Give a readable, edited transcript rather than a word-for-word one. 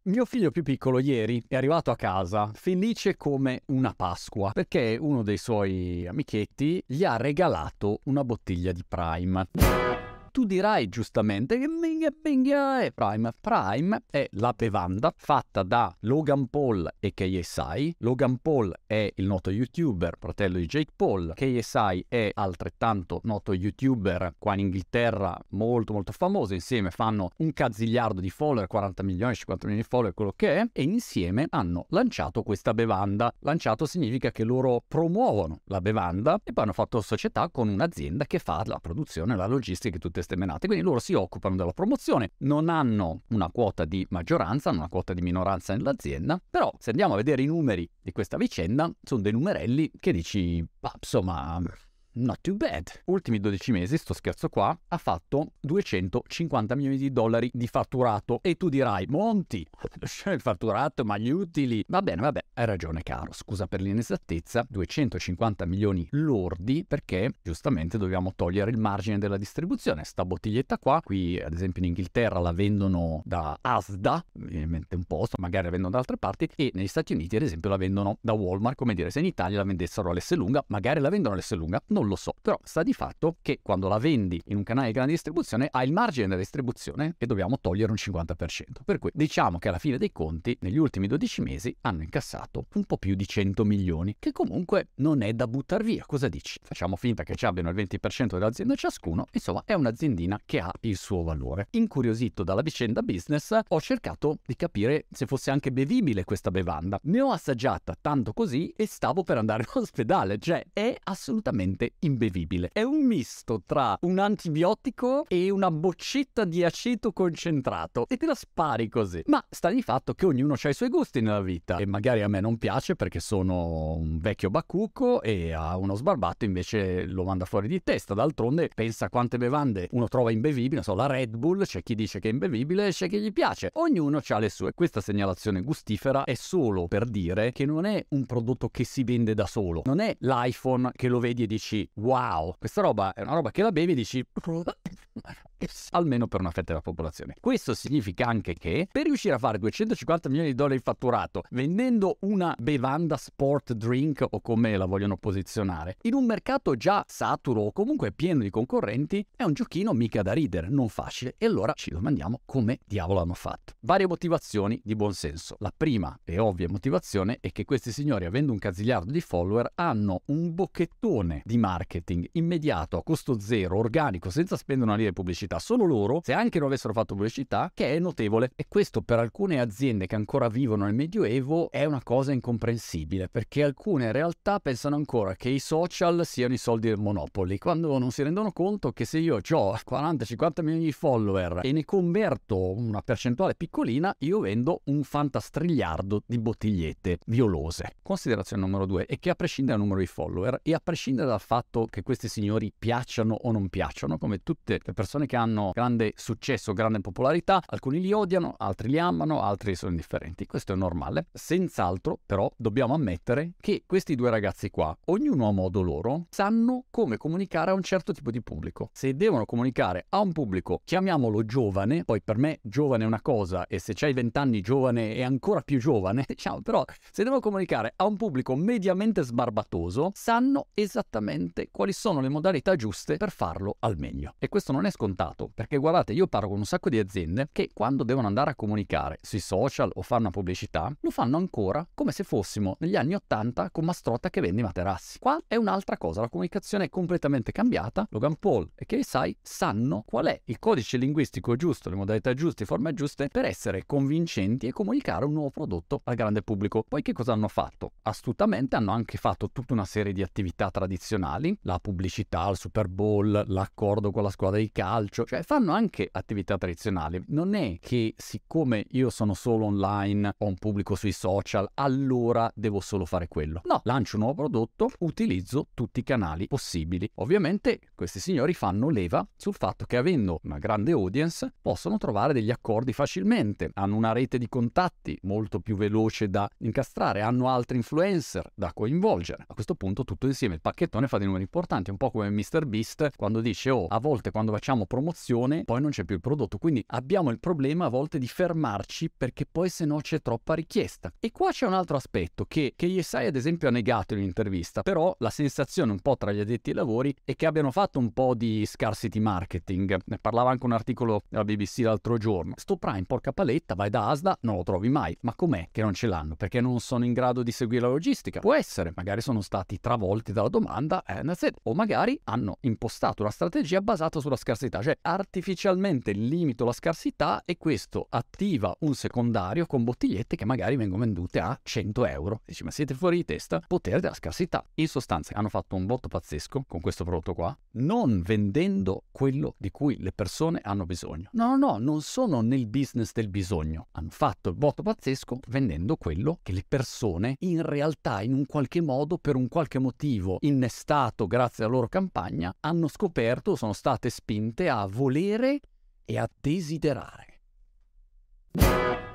Mio figlio più piccolo ieri è arrivato a casa felice come una Pasqua perché uno dei suoi amichetti gli ha regalato una bottiglia di Prime. Tu dirai giustamente che minchia è Prime. Prime è la bevanda fatta da Logan Paul e KSI. Logan Paul è il noto youtuber, fratello di Jake Paul. KSI è altrettanto noto youtuber qua in Inghilterra, molto molto famoso. Insieme fanno un cazzigliardo di follower, 40 milioni, 50 milioni di follower, quello che è. E insieme hanno lanciato questa bevanda. Lanciato significa che loro promuovono la bevanda e poi hanno fatto società con un'azienda che fa la produzione, la logistica e tutte queste menate. Quindi loro si occupano della promozione, non hanno una quota di maggioranza, hanno una quota di minoranza nell'azienda, però se andiamo a vedere i numeri di questa vicenda, sono dei numerelli che dici, insomma, not too bad. Ultimi 12 mesi, sto scherzo qua, ha fatto 250 milioni di dollari di fatturato. E tu dirai, Monti, il fatturato, ma gli utili? Va bene, hai ragione caro, scusa per l'inesattezza, 250 milioni lordi perché giustamente dobbiamo togliere il margine della distribuzione. Sta bottiglietta qua, qui ad esempio in Inghilterra la vendono da Asda, ovviamente un posto, magari la vendono da altre parti, e negli Stati Uniti ad esempio la vendono da Walmart, come dire, se in Italia la vendessero all'Esselunga, magari la vendono all'Esselunga, non lo so, però sta di fatto che quando la vendi in un canale di grande distribuzione hai il margine della distribuzione e dobbiamo togliere un 50%. Per cui diciamo che alla fine dei conti negli ultimi 12 mesi hanno incassato un po' più di 100 milioni, che comunque non è da buttare via. Cosa dici? Facciamo finta che ci abbiano il 20% dell'azienda ciascuno, insomma è un'aziendina che ha il suo valore. Incuriosito dalla vicenda business, ho cercato di capire se fosse anche bevibile questa bevanda. Ne ho assaggiata tanto così e stavo per andare in ospedale, cioè è assolutamente imbevibile. È un misto tra un antibiotico e una boccetta di aceto concentrato e te la spari così. Ma sta di fatto che ognuno ha i suoi gusti nella vita e magari a me non piace perché sono un vecchio bacucco e a uno sbarbato invece lo manda fuori di testa. D'altronde pensa quante bevande uno trova imbevibili, non so, la Red Bull, c'è chi dice che è imbevibile, c'è chi gli piace. Ognuno ha le sue. Questa segnalazione gustifera è solo per dire che non è un prodotto che si vende da solo. Non è l'iPhone che lo vedi e dici wow, questa roba è una roba che la bevi e dici almeno per una fetta della popolazione. Questo significa anche che per riuscire a fare 250 milioni di dollari di fatturato vendendo una bevanda sport drink o come la vogliono posizionare in un mercato già saturo o comunque pieno di concorrenti è un giochino mica da ridere, non facile. E allora ci domandiamo come diavolo hanno fatto. Varie motivazioni di buon senso. La prima e ovvia motivazione è che questi signori, avendo un cazzigliardo di follower, hanno un bocchettone di marketing immediato a costo zero, organico, senza spendere una lira di pubblicità. Solo loro, se anche non avessero fatto pubblicità, che è notevole. E questo per alcune aziende che ancora vivono nel Medioevo è una cosa incomprensibile, perché alcune realtà pensano ancora che i social siano i soldi del Monopoly, quando non si rendono conto che se io ho 40-50 milioni di follower e ne converto una percentuale piccolina, io vendo un fantastrigliardo di bottigliette violose. Considerazione numero 2 è che a prescindere dal numero di follower e a prescindere dal fatto che questi signori piacciono o non piacciono, come tutte le persone che hanno grande successo, grande popolarità, alcuni li odiano, altri li amano, altri sono indifferenti. Questo è normale. Senz'altro, però, dobbiamo ammettere che questi due ragazzi qua, ognuno a modo loro, sanno come comunicare a un certo tipo di pubblico. Se devono comunicare a un pubblico, chiamiamolo giovane, poi per me giovane è una cosa e se c'hai 20 anni giovane è ancora più giovane, diciamo, però se devono comunicare a un pubblico mediamente sbarbatoso, sanno esattamente quali sono le modalità giuste per farlo al meglio. E questo non è scontato, perché guardate, io parlo con un sacco di aziende che quando devono andare a comunicare sui social o fare una pubblicità, lo fanno ancora come se fossimo negli anni 80 con Mastrotta che vende i materassi. Qua è un'altra cosa, la comunicazione è completamente cambiata. Logan Paul e KSI sanno qual è il codice linguistico giusto, le modalità giuste, le forme giuste per essere convincenti e comunicare un nuovo prodotto al grande pubblico. Poi che cosa hanno fatto? Astutamente hanno anche fatto tutta una serie di attività tradizionali, la pubblicità, il Super Bowl, l'accordo con la squadra di calcio, cioè fanno anche attività tradizionali. Non è che siccome io sono solo online, ho un pubblico sui social, allora devo solo fare quello. No, lancio un nuovo prodotto, utilizzo tutti i canali possibili. Ovviamente questi signori fanno leva sul fatto che avendo una grande audience possono trovare degli accordi facilmente, hanno una rete di contatti molto più veloce da incastrare, hanno altri influencer da coinvolgere. A questo punto tutto insieme il pacchettone fa dei numeri importanti, un po' come MrBeast quando dice a volte quando facciamo promozione, poi non c'è più il prodotto. Quindi abbiamo il problema a volte di fermarci perché poi se no c'è troppa richiesta. E qua c'è un altro aspetto che ESI ad esempio ha negato in un'intervista, però la sensazione un po' tra gli addetti ai lavori è che abbiano fatto un po' di scarcity marketing. Ne parlava anche un articolo della BBC l'altro giorno. Sto Prime, porca paletta, vai da Asda, non lo trovi mai. Ma com'è che non ce l'hanno? Perché non sono in grado di seguire la logistica? Può essere, magari sono stati travolti dalla domanda, o magari hanno impostato una strategia basata sulla scarsità, cioè artificialmente limito la scarsità e questo attiva un secondario con bottigliette che magari vengono vendute a 100 euro. Dici, ma siete fuori di testa? Potere della scarsità. In sostanza hanno fatto un botto pazzesco con questo prodotto qua, non vendendo quello di cui le persone hanno bisogno. No, non sono nel business del bisogno. Hanno fatto il botto pazzesco vendendo quello che le persone in realtà in un qualche modo, per un qualche motivo innestato grazie alla loro campagna, hanno scoperto, sono state spinte a volere e a desiderare.